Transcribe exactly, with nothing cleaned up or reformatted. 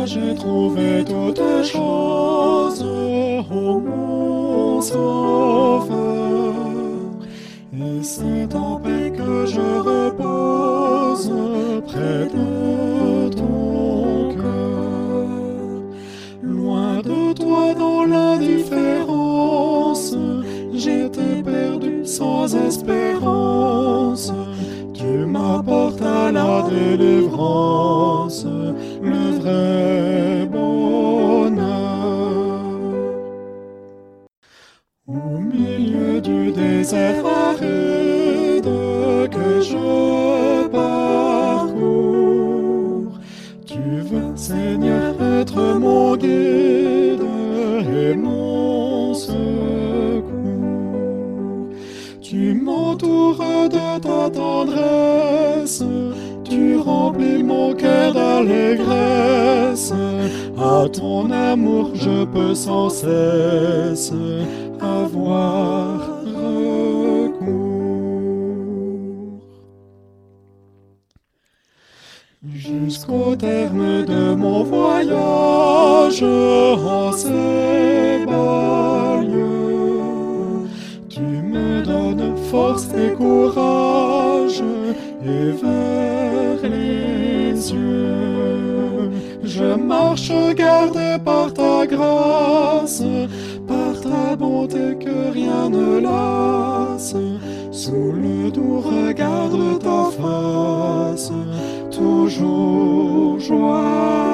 j'ai trouvé toutes choses, ô mon Sauveur, et c'est en paix que je repose près de ton cœur. Loin de toi dans l'indifférence, j'étais perdu sans espérance. Tu m'apportes à la délivrance, le vrai bonheur. Au milieu du désert aride que je parcours, tu veux, Seigneur, être mon guide et mon secours. Tu m'entoures de ta tendresse, tu remplis mon cœur d'allégresse. À ton amour je peux sans cesse avoir recours. Jusqu'au terme de mon voyage en ces bas lieux, tu me donnes force et courage, et vers les cieux je marche gardé par ta grâce, par ta bonté que rien ne lasse, sous le doux regard de ta face, toujours joie.